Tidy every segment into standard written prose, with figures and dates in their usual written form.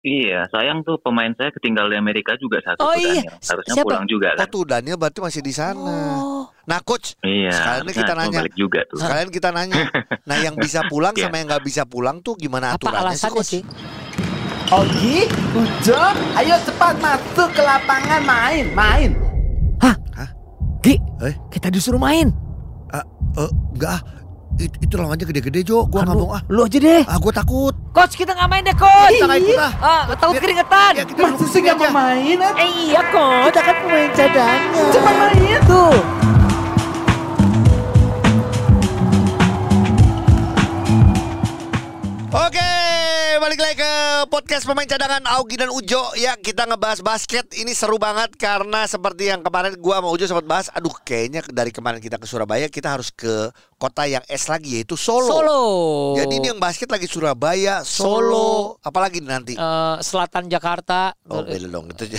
Iya, sayang tuh pemain saya ketinggal di Amerika juga satu Oh tuh iya, Daniel. Harusnya siapa? pulang juga Oh kan. tuh Daniel berarti masih di sana. Oh. Nah coach, Iya, sekalian harusnya kita cuma nanya. balik juga tuh. Sekalian kita nanya. Nah yang bisa pulang Iya. sama yang nggak bisa pulang tuh gimana Apa aturannya sih alasannya coach? sih? Ogi, Ujo, ayo cepat masuk ke lapangan main. Hah? Hah? Gi, Eh? kita disuruh main. Enggak ah. Itu lawannya gede-gede Jo. Gua nggak mau ah. Lu aja deh. Gue takut. Coach, kita nggak main deh, Coach. Kita nggak ikut ah. Takut keringetan. Ya, kita Masa duduk sih sini nggak aja. mau main? Iya, Coach. Kita kan pemain cadangan. Cepat main. Tuh. Oke, balik lagi ke podcast pemain cadangan Augie dan Ujo. Ya, kita ngebahas basket. Ini seru banget karena seperti yang kemarin gua sama Ujo sempat bahas. Aduh, kayaknya dari kemarin kita ke Surabaya, kita harus ke kota yang es lagi, yaitu Solo. Jadi ini yang basket lagi Surabaya, Solo. Apalagi nanti? Selatan Jakarta. Oh, beda dong. Itu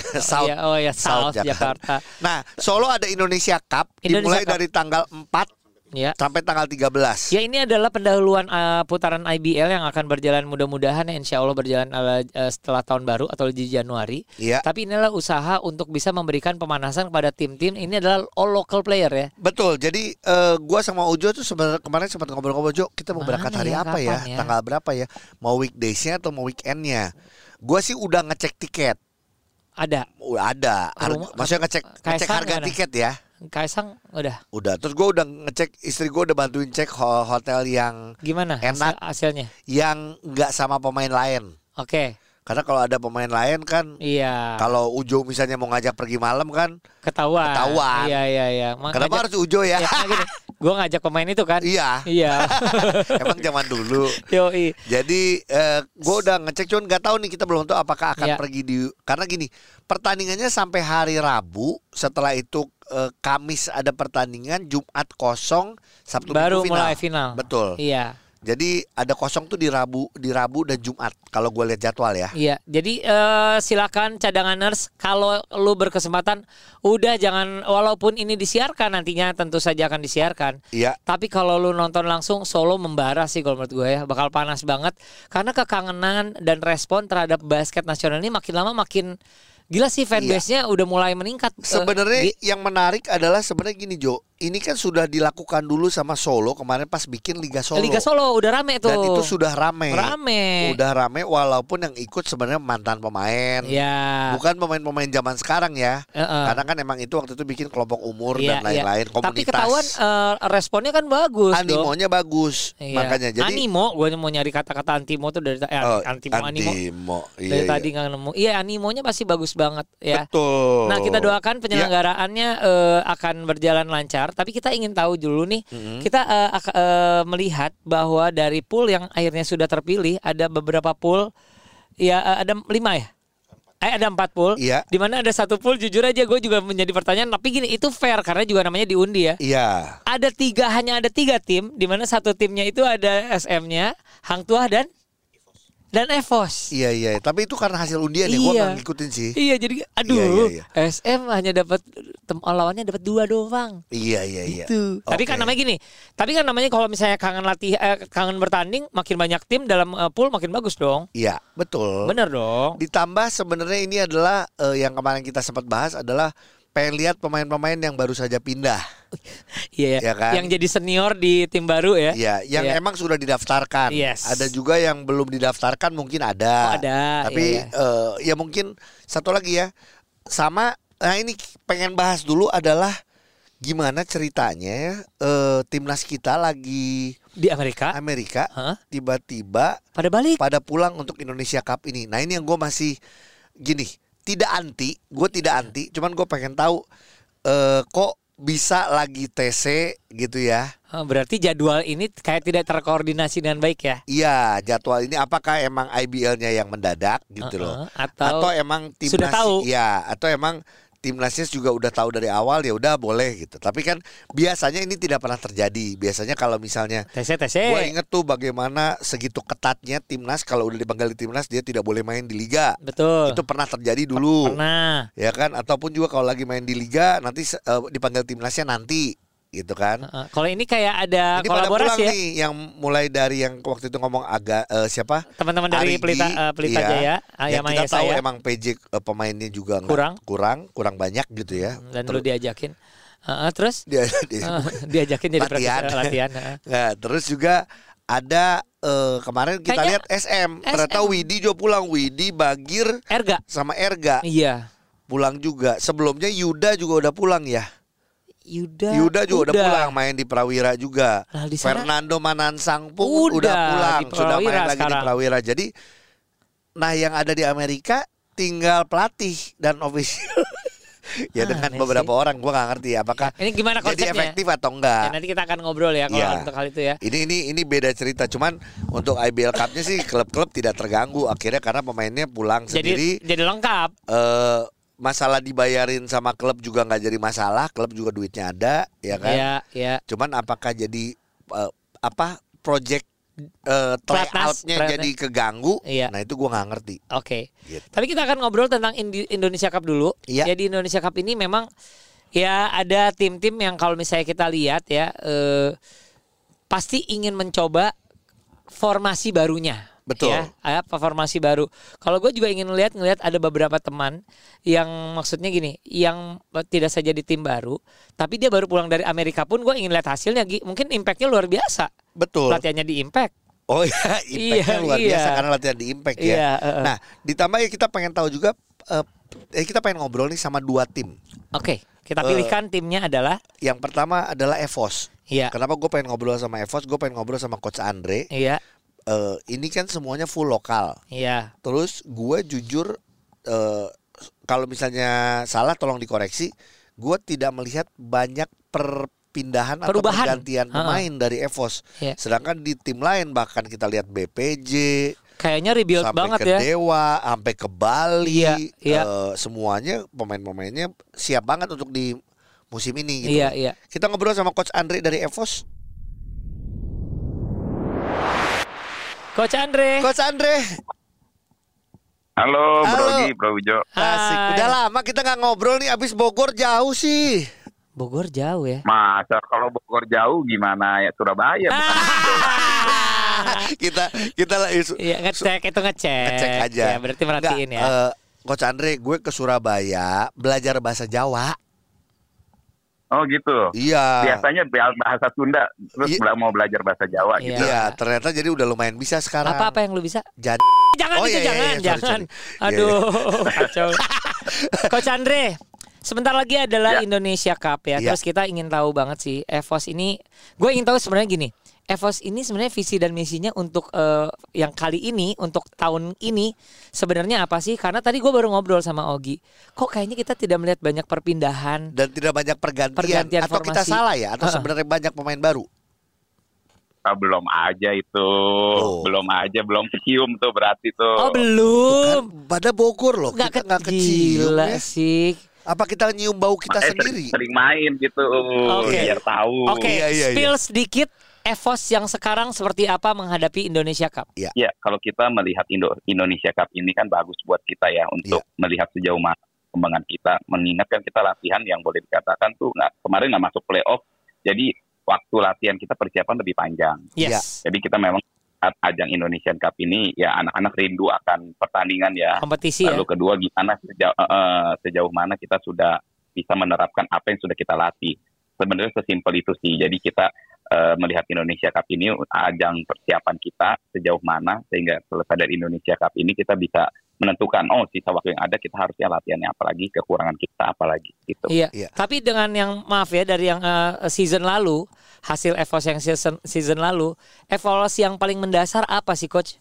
South Jakarta. Nah, Solo ada Indonesia Cup Indonesia dimulai Cup. dari tanggal 4 Ya. sampai tanggal 13. Ya, ini adalah pendahuluan putaran IBL yang akan berjalan mudah-mudahan ya, insya Allah berjalan setelah tahun baru atau di Januari. Iya. Tapi inilah usaha untuk bisa memberikan pemanasan kepada tim-tim. Ini adalah all local player ya. Betul. Jadi gua sama Ujo tuh sebenarnya kemarin sempat ngobrol-ngobrol, Jo, kita mau Mana berangkat hari ya, apa ya? kapan ya? Tanggal berapa ya? Mau weekdays-nya atau mau weekend-nya? Gua sih udah ngecek tiket. Ada. Ada. Maksudnya ngecek Kaisang harga gimana? tiket ya. Kaisang udah. Udah. Terus gua udah ngecek, istri gua udah bantuin cek hotel yang Gimana Enak. hasilnya? yang nggak sama pemain lain. Oke. Karena kalau ada pemain lain kan, Iya. kalau Ujo misalnya mau ngajak pergi malam kan, Ketahuan. Ketahuan. Iya. kenapa harus Ujo ya? Gue ngajak pemain itu kan. Iya. Iya. Emang zaman dulu. Yoi. Jadi gue udah ngecek, cuman nggak tahu nih, kita belum tahu apakah akan Iya. pergi karena gini, pertandingannya sampai hari Rabu. Setelah itu Kamis ada pertandingan, Jumat kosong, Sabtu Baru Minggu mulai final. Betul. Iya. Jadi ada kosong tuh di Rabu dan Jumat kalau gue lihat jadwal ya. Iya, jadi silakan cadanganers, kalau lu berkesempatan udah jangan, walaupun ini disiarkan nantinya tentu saja akan disiarkan. Iya. Tapi kalau lu nonton langsung, Solo membara sih kalau menurut gue ya, bakal panas banget karena kekangenan dan respon terhadap basket nasional ini makin lama makin gila sih, fanbase-nya udah mulai meningkat. Sebenarnya yang menarik adalah sebenarnya gini, Jo. Ini kan sudah dilakukan dulu sama Solo kemarin pas bikin Liga Solo. Liga Solo udah rame tuh. Dan itu sudah rame. Rame. Udah rame walaupun yang ikut sebenarnya mantan pemain. Ya. Bukan pemain-pemain zaman sekarang ya. Karena kan emang itu waktu itu bikin kelompok umur Iya, dan lain-lain, komunitas. Tapi ketahuan responnya kan bagus. Animonya bagus. Iya. Makanya jadi animo, gue mau nyari kata-kata antimo tuh dari animo. Dari tadi nggak nemu. Iya, animonya pasti bagus banget ya. Betul. Nah, kita doakan penyelenggaraannya akan berjalan lancar. Tapi kita ingin tahu dulu nih, kita melihat bahwa dari pool yang akhirnya sudah terpilih ada beberapa pool, ya ada 5 ya. Ada 4 pool, Iya. di mana ada satu pool jujur aja gue juga menjadi pertanyaan. Tapi gini, itu fair karena juga namanya diundi ya. Iya. Hanya ada 3 tim, di mana satu timnya itu ada SM-nya, Hang Tuah dan EVOS. Iya. Tapi itu karena hasil undian ya, gue nggak ngikutin sih. Iya, jadi aduh, Iya. SM hanya dapat lawannya dapat 2 doang. Iya. Gitu. Tapi kan namanya gini. Tapi kan namanya kalau misalnya kangen bertanding, makin banyak tim dalam pool makin bagus dong. Iya, betul. Bener dong. Ditambah sebenarnya ini adalah yang kemarin kita sempat bahas adalah pengen lihat pemain-pemain yang baru saja pindah. Iya, Ya kan? Yang jadi senior di tim baru ya. Iya, yang Iya. emang sudah didaftarkan. Yes. Ada juga yang belum didaftarkan, mungkin ada. Oh, ada, Tapi iya. ya mungkin satu lagi ya. Sama, nah ini pengen bahas dulu adalah gimana ceritanya ya, timnas kita lagi Di Amerika. Hah? Tiba-tiba pada pulang untuk Indonesia Cup ini. Nah ini yang gue masih gini, gue tidak anti, cuman gue pengen tahu kok bisa lagi TC gitu ya. Berarti jadwal ini kayak tidak terkoordinasi dengan baik ya. Iya, jadwal ini apakah emang IBL-nya yang mendadak gitu loh, atau emang timnas sudah tahu. Iya, atau emang timnasnya juga udah tahu dari awal, ya udah boleh gitu. Tapi kan biasanya ini tidak pernah terjadi. Biasanya kalau misalnya TC. gue inget tuh bagaimana segitu ketatnya timnas, kalau udah dipanggil di timnas dia tidak boleh main di liga. Betul. Itu pernah terjadi dulu. Pernah. Ya kan, ataupun juga kalau lagi main di liga nanti dipanggil timnasnya nanti. gitu kan. Kalau ini kayak ada Ini pada pulang kolaborasi ya. nih yang mulai dari yang waktu itu ngomong agak siapa? Teman-teman dari Arigi, Pelita iya. Jaya, Yang kita Mayasa tahu ya. emang PJ pemainnya juga kurang banyak gitu ya. Dan lu diajakin. Terus Dia diajakin jadi latihan. latihan. Nah, terus juga ada kemarin kita Kayaknya lihat SM. Ternyata Widi juga pulang. Widi, Bagir, Erga. sama Erga Iya. pulang juga. Sebelumnya Yuda juga udah pulang ya. Yuda juga udah pulang, main di Prawira juga. Nah, di sana Fernando Manansang pun udah pulang, di sudah main Prawira lagi di sekarang. Prawira. Jadi, nah yang ada di Amerika tinggal pelatih dan official. Ya dengan aneh beberapa sih. orang, gua nggak ngerti apakah Ini gimana jadi konsepnya? efektif atau enggak. Ya, nanti kita akan ngobrol ya kalau Iya. untuk hal itu ya. Ini beda cerita. Cuman untuk IBL Cup-nya sih klub-klub tidak terganggu akhirnya karena pemainnya pulang sendiri. Jadi lengkap. Masalah dibayarin sama klub juga nggak jadi masalah. Klub juga duitnya ada, ya kan? Iya, iya. Cuman apakah jadi project Pelatnas, tryout-nya jadi keganggu? Iya. Nah itu gua nggak ngerti. Oke. Gitu. Tapi kita akan ngobrol tentang Indonesia Cup dulu. Iya. Ya di Indonesia Cup ini memang ya ada tim-tim yang kalau misalnya kita lihat ya pasti ingin mencoba formasi barunya. Betul. Ya, apa formasi baru. Kalau gue juga ingin ngelihat ada beberapa teman yang maksudnya gini, yang tidak saja di tim baru, tapi dia baru pulang dari Amerika pun gue ingin lihat hasilnya. Mungkin impactnya luar biasa. Betul. Latihannya di Impact. Oh ya, impactnya luar biasa karena latihan di Impact ya. Iya, Nah, ditambah ya kita pengen tahu juga, kita pengen ngobrol nih sama 2 tim. Oke, kita pilihkan timnya adalah. Yang pertama adalah EVOS. Iya. Kenapa gue pengen ngobrol sama EVOS? Gue pengen ngobrol sama Coach Andre. Iya. Ini kan semuanya full lokal. Iya. Terus gue jujur, kalau misalnya salah tolong dikoreksi. Gue tidak melihat banyak perubahan atau pergantian pemain dari EVOS. Iya. Sedangkan di tim lain bahkan kita lihat BPJ, Kayaknya rebuild sampai banget ke ya. Dewa, sampai ke Bali, Iya. semuanya pemain-pemainnya siap banget untuk di musim ini. Gitu. Iya, iya. Kita ngobrol sama Coach Andre dari EVOS. Coach Andre. Coach Andre, Halo, Halo. Bro Gi, Bro Ujo. asik. Hai. Udah lama kita nggak ngobrol nih. Abis Bogor jauh sih. Bogor jauh ya. Masa kalau Bogor jauh gimana ya Surabaya? kita lah Iya, ngecek aja. Ya, berarti merhatiin Nggak, ya. Coach Andre, gue ke Surabaya belajar bahasa Jawa. Oh gitu. Iya. Biasanya bahasa Sunda, terus mau belajar bahasa Jawa Iya. gitu. Iya, ternyata jadi udah lumayan bisa sekarang. Apa yang lu bisa? Jadi Jangan Oh, itu, iya, iya, iya, jangan. sorry. Aduh, kacau. Coach Andre, sebentar lagi adalah Ya. Indonesia Cup ya. Ya. Terus kita ingin tahu banget sih EVOS ini. Gue ingin tahu sebenarnya gini. EVOS ini sebenarnya visi dan misinya untuk yang kali ini, untuk tahun ini sebenarnya apa sih? Karena tadi gue baru ngobrol sama Ogi. Kok kayaknya kita tidak melihat banyak perpindahan. dan tidak banyak pergantian atau kita formasi. salah ya? Atau sebenarnya banyak pemain baru? Belum aja itu, Oh. belum kecium tuh berarti tuh. Oh belum. Kan pada Bogor loh, kita nggak kecium gila ya. sih. Apa kita nyium bau kita sendiri? Sering main gitu, Oke. biar tahu. Oke, Iya. spill sedikit EVOS yang sekarang seperti apa menghadapi Indonesia Cup. Ya, kalau kita melihat Indonesia Cup ini kan bagus buat kita ya untuk melihat sejauh mana perkembangan kita. Mengingatkan kita latihan yang boleh dikatakan tuh kemarin nggak masuk playoff, jadi waktu latihan kita persiapan lebih panjang. Yes. Jadi kita memang saat ajang Indonesian Cup ini ya anak-anak rindu akan pertandingan ya. Kompetisi ya. Lalu kedua gimana sejauh mana kita sudah bisa menerapkan apa yang sudah kita latih. Sebenarnya sesimpel itu sih. Jadi kita melihat Indonesia Cup ini ajang persiapan kita sejauh mana sehingga selesai dari Indonesia Cup ini kita bisa menentukan sisa waktu yang ada kita harusnya latihannya apalagi, kekurangan kita apalagi gitu. Iya. Tapi dengan yang maaf ya dari yang season lalu, hasil EVOS yang season lalu, evaluasi yang paling mendasar apa sih Coach?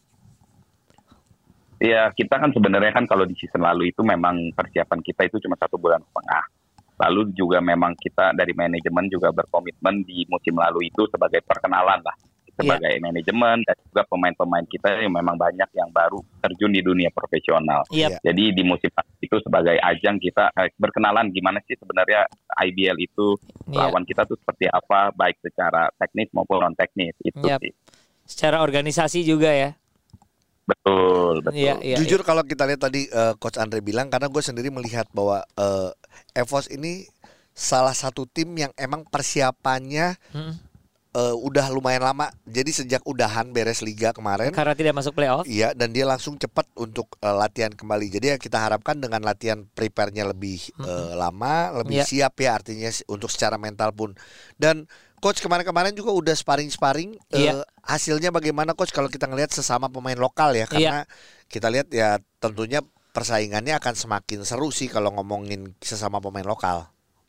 Ya kita kan sebenarnya kan kalau di season lalu itu memang persiapan kita itu cuma 1,5 bulan. Lalu juga memang kita dari manajemen juga berkomitmen di musim lalu itu sebagai perkenalan lah. Sebagai manajemen dan juga pemain-pemain kita yang memang banyak yang baru terjun di dunia profesional. Yep. Jadi di musim itu sebagai ajang kita berkenalan gimana sih sebenarnya IBL itu lawan kita tuh seperti apa baik secara teknis maupun non teknis itu sih. Secara organisasi juga ya. Betul. Jujur kalau kita lihat tadi Coach Andre bilang, karena gue sendiri melihat bahwa EVOS ini salah satu tim yang emang persiapannya udah lumayan lama. Jadi sejak udahan beres liga kemarin. Karena tidak masuk playoff. Iya, dan dia langsung cepat untuk latihan kembali. Jadi ya kita harapkan dengan latihan prepare-nya lebih lama, lebih siap ya artinya untuk secara mental pun. Dan coach kemarin-kemarin juga udah sparring-sparring. Hasilnya bagaimana coach kalau kita ngelihat sesama pemain lokal ya? Karena kita lihat ya tentunya persaingannya akan semakin seru sih kalau ngomongin sesama pemain lokal.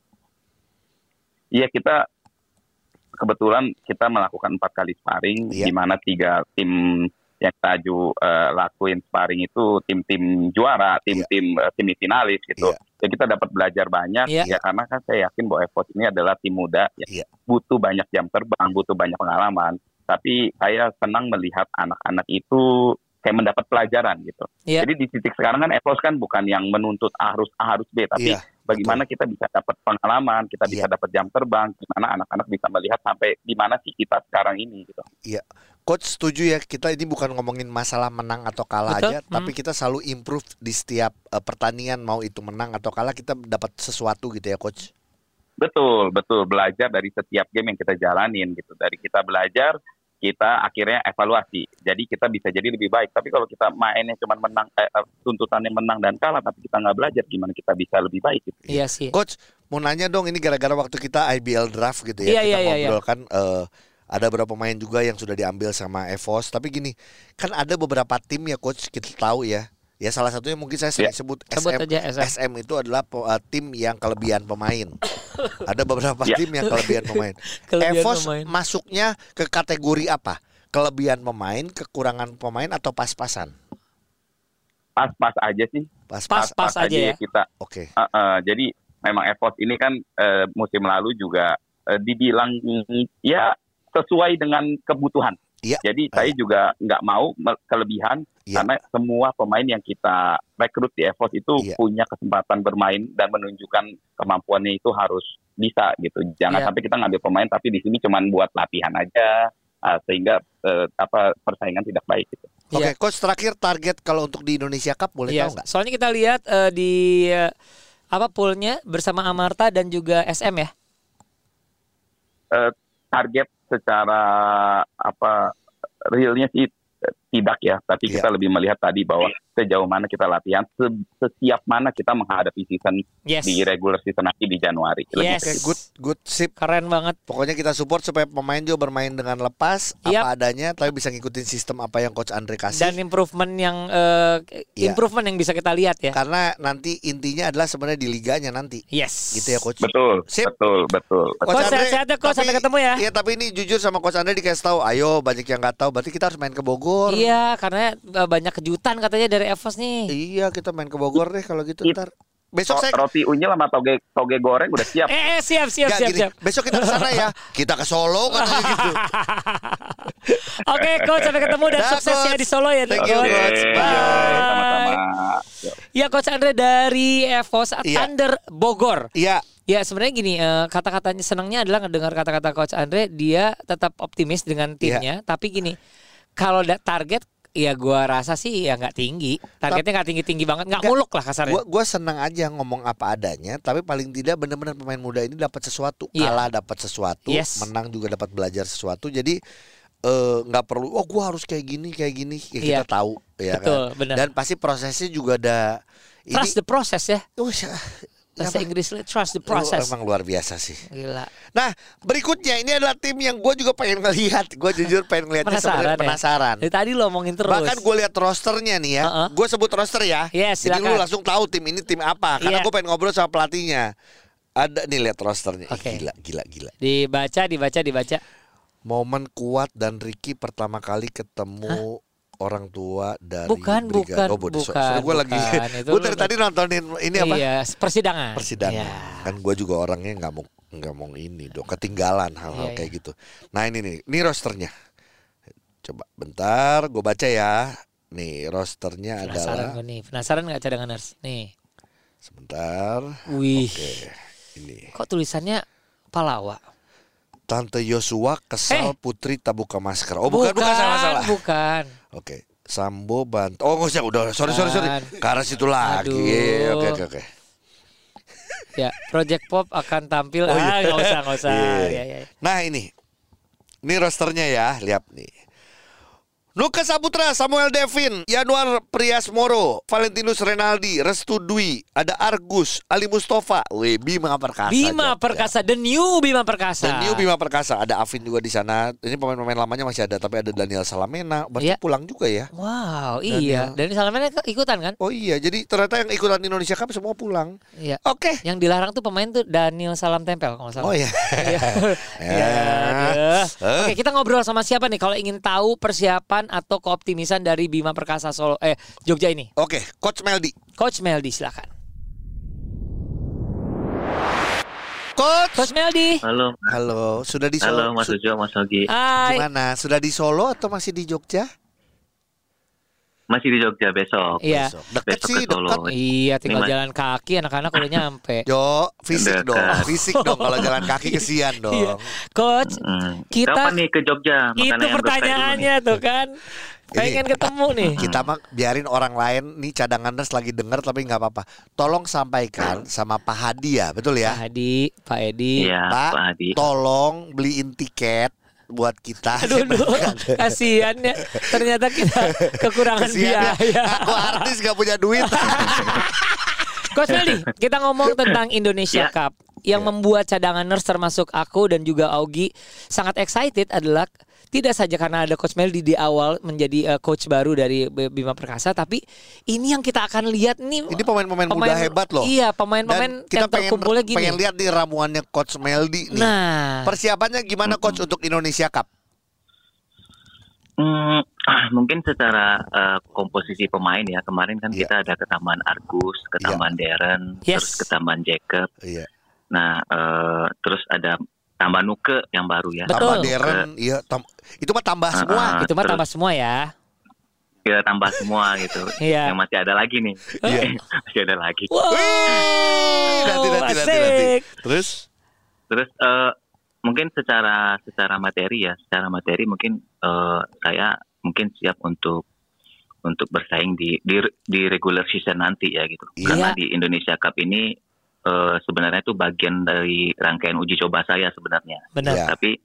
Iya, kebetulan kita melakukan 4 kali sparring, di mana 3 tim yang kita lakuin sparring itu tim-tim juara, tim-tim semifinalis gitu. Jadi kita dapat belajar banyak ya karena kan saya yakin bahwa EVOS ini adalah tim muda yang butuh banyak jam terbang, butuh banyak pengalaman. Tapi saya senang melihat anak-anak itu kayak mendapat pelajaran gitu. Jadi di titik sekarang kan EVOS kan bukan yang menuntut harus A harus B, tapi bagaimana kita bisa dapat pengalaman, kita bisa dapat jam terbang, gimana anak-anak bisa melihat sampai di mana sih kita sekarang ini gitu. Iya. Coach setuju ya, kita ini bukan ngomongin masalah menang atau kalah aja, tapi kita selalu improve di setiap pertandingan, mau itu menang atau kalah kita dapat sesuatu gitu ya coach. Betul, belajar dari setiap game yang kita jalanin gitu. Dari kita belajar, kita akhirnya evaluasi. Jadi kita bisa jadi lebih baik. Tapi kalau kita mainnya cuma menang, tuntutannya menang dan kalah, tapi kita nggak belajar gimana kita bisa lebih baik gitu. Iya sih. Coach, mau nanya dong, ini gara-gara waktu kita IBL draft gitu ya, kita ngobrol kan ada beberapa pemain juga yang sudah diambil sama EVOS. Tapi gini, kan ada beberapa tim ya coach, kita tahu ya. Ya salah satunya mungkin saya sering sebut SM. SM itu adalah tim yang kelebihan pemain. Ada beberapa tim yang kelebihan pemain. EVOS masuknya ke kategori apa? Kelebihan pemain, kekurangan pemain, atau pas-pasan? Pas-pas aja sih. Pas-pas aja ya kita. Oke. Jadi memang EVOS ini kan musim lalu juga dibilang ya sesuai dengan kebutuhan. Jadi saya juga nggak mau kelebihan karena semua pemain yang kita rekrut di EVOS itu punya kesempatan bermain dan menunjukkan kemampuannya itu harus bisa gitu. Jangan sampai kita ngambil pemain tapi di sini cuma buat latihan aja sehingga persaingan tidak baik gitu. Oke, coach terakhir target kalau untuk di Indonesia Cup boleh tahu nggak? Soalnya kita lihat di poolnya bersama Amarta dan juga SM ya. Target secara realnya sih tidak ya, tapi kita lebih melihat tadi bahwa sejauh mana kita latihan, sesiap mana kita menghadapi season di regular season nanti di Januari. Good, sip. Keren banget. Pokoknya kita support supaya pemain juga bermain dengan lepas apa adanya, tapi bisa ngikutin sistem apa yang Coach Andre kasih. Dan improvement yang bisa kita lihat ya. Karena nanti intinya adalah sebenarnya di liganya nanti. Gitu ya Coach. Betul. Sip. Betul. Coach sehat-sehat ya Coach, sampai ketemu ya. Iya, tapi ini jujur sama Coach Andre dikasih tahu, ayo banyak yang nggak tahu, berarti kita harus main ke Bogor. Iya, karena banyak kejutan katanya dari EVOS nih. Iya, kita main ke Bogor deh kalau gitu ntar. Besok saya roti unyil sama toge goreng udah siap. Siap. Besok kita ke sana ya. Kita ke Solo kan gitu. Oke, Coach, sampai ketemu dan sukses ya di Solo ya. Thank you, Coach. Bye. Sama-sama. Ya, Coach Andre dari EVOS Thunder Bogor. Iya. Ya sebenarnya gini, kata-katanya senangnya adalah ngedengar kata-kata Coach Andre, dia tetap optimis dengan timnya. Tapi gini, kalau target ya gue rasa sih ya nggak tinggi. Targetnya nggak tinggi-tinggi banget, nggak muluk lah kasarnya. Gue senang aja ngomong apa adanya, tapi paling tidak benar-benar pemain muda ini dapat sesuatu. Kalah dapat sesuatu, menang juga dapat belajar sesuatu. Jadi nggak perlu gue harus kayak gini ya kita tahu ya. Betul, kan. bener. Dan pasti prosesnya juga ada. Trust the process ya. Bahasa Apa? Inggris trust the process. Emang luar biasa sih. Gila. Nah berikutnya ini adalah tim yang gue juga pengen ngelihat. Gue jujur pengen ngelihatnya sebenarnya penasaran. Dari tadi lo ngomongin terus. Bahkan gue lihat rosternya nih ya. Gue sebut roster ya. Yes, jadi silakan. lu langsung tahu tim ini tim apa. Karena gue pengen ngobrol sama pelatihnya. Ada nih, lihat rosternya. Gila. Dibaca. Momen Kuat dan Ricky pertama kali ketemu orang tua dari bukan. Gue lagi gue dari tadi nontonin ini apa? Iya, persidangan. Ya. Kan gue juga orangnya nggak mau ini dong, ketinggalan hal-hal kayak gitu. Nah ini rosternya. Coba bentar, gue baca ya. Nih rosternya adalah. Penasaran nggak cadanganers? Nih. Sebentar. Wih. Oke, ini. Kok tulisannya Palawa? Tante Yosua kesal Putri tak buka masker. Oh bukan salah. Bukan. Oke, Sambo bantu. Oh nggak usah, udah sorry. Ke arah situ lagi. Oke. Ya, Project Pop akan tampil. Oh, iya. Nggak usah. Iya. Ya. Nah ini rosternya ya, lihat nih. Lukas Saputra, Samuel Devin, Yanuar Priasmoro, Valentinus Renaldi, Restu Dwi, ada Argus, Ali Mustafa, Bima Perkasa. Bima Perkasa, The New Bima Perkasa. The New Bima Perkasa, ada Afin juga di sana. Ini pemain-pemain lamanya masih ada, tapi ada Daniel Salamena, berarti pulang juga ya. Wow, iya. Daniel Salamena ikutan kan? Oh iya, jadi ternyata yang ikutan Indonesia Cup semua pulang. Iya. Oke. Yang dilarang tuh pemain tuh Daniel Salam Tempel kalau nggak salah. Oh iya. Oke, kita ngobrol sama siapa nih kalau ingin tahu persiapan atau keoptimisan dari Bima Perkasa Solo Jogja ini? Oke, Coach Meldi. Coach Meldi silakan. Coach Meldi. Halo, sudah di Solo? Halo Mas Ujo, Mas Ogi. Hai. Gimana? Sudah di Solo atau masih di Jogja? Masih di Jogja besok. Iya. Deket Besok sih, ke Solo. deket. Iya, tinggal Ini, jalan kaki, anak-anak udah nyampe. Jo, fisik Dekat. dong. Fisik dong kalau jalan kaki kesian dong. Iya. Coach, kita Kapan nih ke Jogja? itu Makanan yang pertanyaannya tuh kan. Pengen ketemu nih. Kita mah biarin orang lain nih cadanganers lagi denger tapi nggak apa-apa. Tolong sampaikan sama Pak Hadi ya, betul ya? Pak Edi. Iya, Pak, Pak Hadi. tolong beliin tiket buat kita. Aduh, kasihan ya. Ternyata kita kekurangan Kesian ya, biaya. aku artis gak punya duit. Coach Meldi, kita ngomong tentang Indonesia Ya. Cup. Yang membuat cadanganers termasuk aku dan juga Augie sangat excited adalah tidak saja karena ada Coach Meldi di awal menjadi coach baru dari Bima Perkasa, tapi ini yang kita akan lihat nih. Ini pemain-pemain muda hebat loh. Iya, pemain-pemain Dan kita yang terkumpulnya gini. pengen lihat nih ramuannya Coach Meldi nih. Nah, Persiapannya gimana Coach untuk Indonesia Cup? Mungkin secara komposisi pemain ya, kemarin kan Iya. kita ada ketambahan Argus, ketambahan Darren, Yes. terus ketambahan Jacob. Iya. Nah, terus ada tambahan Nuke yang baru ya. Betul. Tambah Darren, iya. Itu mah tambah semua. itu mah terus- tambah semua ya. Ya tambah semua gitu. Iya. Yang masih ada lagi nih. Iya. Masih ada lagi. Wow, Nanti. asik. Terus? Terus mungkin secara materi ya, secara materi mungkin saya mungkin siap untuk bersaing di regular season nanti ya gitu. Iya. Karena di Indonesia Cup ini sebenarnya itu bagian dari rangkaian uji coba saya sebenarnya. Benar. Iya. Tapi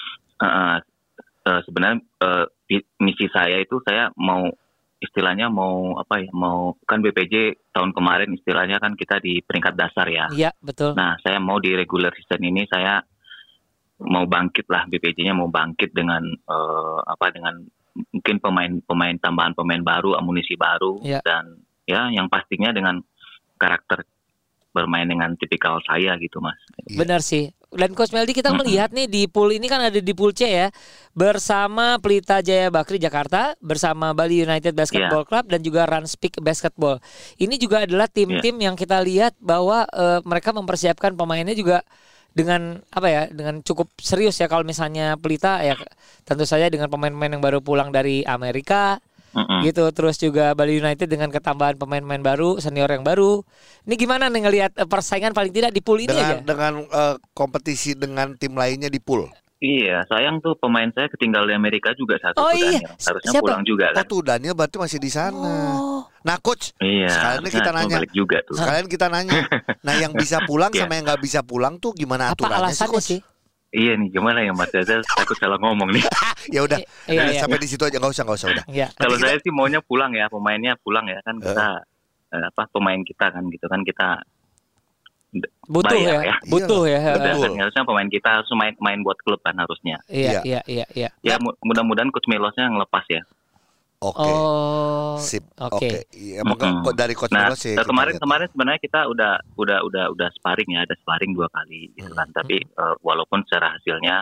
sebenarnya misi saya itu saya mau istilahnya mau kan BPJ tahun kemarin istilahnya kan kita di peringkat dasar ya. Iya, betul. Nah, saya mau di regular season ini saya mau bangkit lah, BPJ-nya mau bangkit dengan dengan mungkin pemain tambahan, pemain baru, amunisi baru, Ya. dan ya yang pastinya dengan karakter bermain dengan tipikal saya gitu, Mas. Benar sih. Dan Coach Meldi kita melihat nih di pool ini kan ada di pool C ya, bersama Pelita Jaya Bakri Jakarta, bersama Bali United Basketball Club dan juga Ranspik Basketball. Ini juga adalah tim-tim yang kita lihat bahwa mereka mempersiapkan pemainnya juga dengan dengan cukup serius ya. Kalau misalnya Pelita ya tentu saja dengan pemain-pemain yang baru pulang dari Amerika. Gitu, terus juga Bali United dengan ketambahan pemain-pemain baru, senior yang baru. Ini gimana nih ngelihat persaingan paling tidak di pool ini aja? Dengan kompetisi dengan tim lainnya di pool. Iya, sayang tuh pemain saya ketinggal di Amerika juga satu. Oh tuh iya, Daniel. Harusnya siapa? pulang juga Oh kan. tuh Daniel berarti masih di sana. Oh. Nah Coach, Iya. sekalian nih kita harusnya nanya. balik juga tuh. Sekalian kita nanya. Nah yang bisa pulang Iya. sama yang nggak bisa pulang tuh gimana Apa aturannya alasannya Coach? sih? Iya nih, gimana ya Mas? Saya takut salah ngomong nih. Ya udah, Iya, udah iya. sampai di situ aja, nggak usah udah. Ya. Kalau Nanti saya sih maunya pulang ya, pemainnya pulang ya kan kita pemain kita kan gitu kan kita Butuh bayar ya, butuh ya. Betul. Udah, kan, harusnya pemain kita harus main buat klub kan harusnya. Iya, Iya. iya. Ya mudah-mudahan Coach Melosnya ngelepas ya. Oke. Oh, Sip. oke. Oke. Iya, emang kok dari Coach Nah, Milos sih. kemarin sebenarnya kita udah sparring ya, ada sparring 2 kali gitu kan. Tapi walaupun secara hasilnya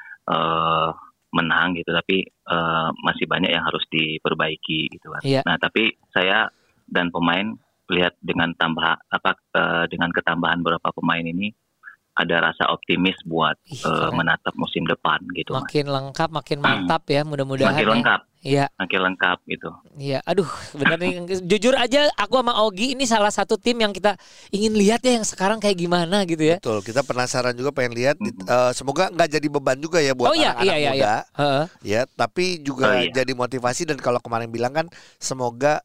menang gitu, tapi masih banyak yang harus diperbaiki gitu kan. Iya. Nah, tapi saya dan pemain lihat dengan dengan ketambahan beberapa pemain ini ada rasa optimis buat Ih, keren. menatap musim depan gitu, Mas. Makin lengkap, makin mantap ya, mudah-mudahan. Makin ya. lengkap. Iya. makin lengkap gitu. Iya, aduh, benar nih. Jujur aja, aku sama Ogi ini salah satu tim yang kita ingin lihat ya yang sekarang kayak gimana gitu ya. Betul, kita penasaran juga pengen lihat. Semoga nggak jadi beban juga ya buat anak-anak muda. Iya. Ya, tapi juga jadi motivasi. Dan kalau kemarin bilang kan, semoga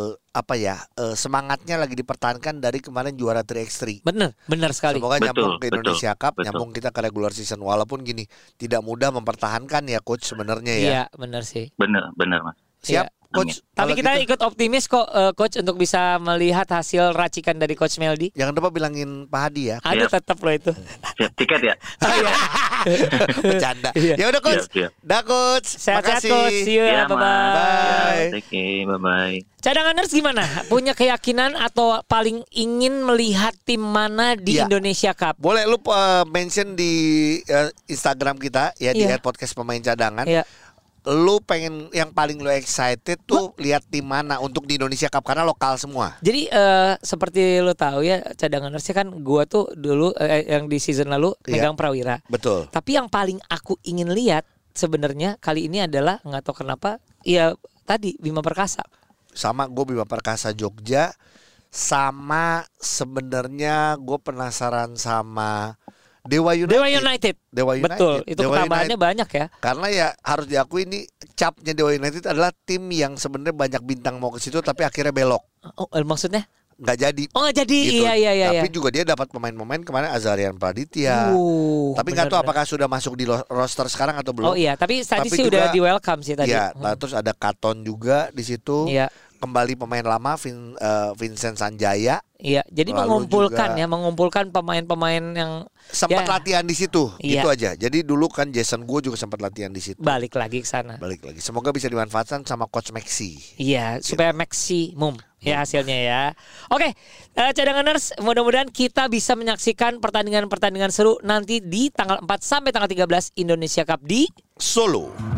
semangatnya lagi dipertahankan dari kemarin juara 3x3. Bener sekali. Semoga nyambung ke Betul, Indonesia Cup, betul. nyambung kita ke regular season. Walaupun gini, tidak mudah mempertahankan ya coach sebenarnya ya. Iya, bener sih. Bener Mas. Siap, Iya. coach. Tapi Kalau kita gitu, ikut optimis kok, coach, untuk bisa melihat hasil racikan dari Coach Meldi. jangan lupa bilangin Pak Hadi ya. Aduh, Siap. tetap loh itu. Siap tiket ya. Oh, iya. Bercanda. Iya. Ya udah coach. Siap. Dah coach. Sehat-sehat, Makasih. coach. See you ya, Mas. bye-bye. Ya, oke, bye-bye. Cadanganers gimana? Punya keyakinan atau paling ingin melihat tim mana di Iya. Indonesia Cup? Boleh lu mention di Instagram kita ya di Iya. @podcast pemain cadangan. Iya. Lu pengen yang paling lu excited tuh lihat tim mana untuk di Indonesia Cup karena lokal semua. Jadi seperti lo tahu ya, cadanganers kan gua tuh dulu yang di season lalu Iya. megang Prawira. Betul. Tapi yang paling aku ingin lihat sebenarnya kali ini adalah nggak tahu kenapa ya tadi Bima Perkasa. Sama gue Bima Perkasa Jogja. Sama sebenarnya gue penasaran sama Dewa United. Dewa United. Betul, itu Dewa ketambahannya United. banyak ya. Karena ya harus diakui ini capnya Dewa United adalah tim yang sebenarnya banyak bintang mau ke situ tapi akhirnya belok. Oh, maksudnya? Nggak jadi. Oh, nggak jadi. Gitu. Iya. Tapi juga dia dapat pemain-pemain kemarin Azarian Praditya. Tapi nggak tahu bener-bener. apakah sudah masuk di roster sekarang atau belum. Oh iya, tapi tadi Tapi sih juga- udah di welcome sih tadi. Iya, terus ada Katon juga di situ. Iya. Kembali pemain lama Vincent Sanjaya Iya, jadi Lalu mengumpulkan pemain-pemain yang sempat Ya. latihan di situ, Iya. gitu aja. Jadi dulu kan Jason Guo juga sempat latihan di situ. balik lagi ke sana. Balik lagi. Semoga bisa dimanfaatkan sama Coach Maxi. Iya, supaya maksimum ya hasilnya ya. Oke, cadanganers, mudah-mudahan kita bisa menyaksikan pertandingan-pertandingan seru nanti di tanggal 4 sampai tanggal 13 Indonesia Cup di Solo.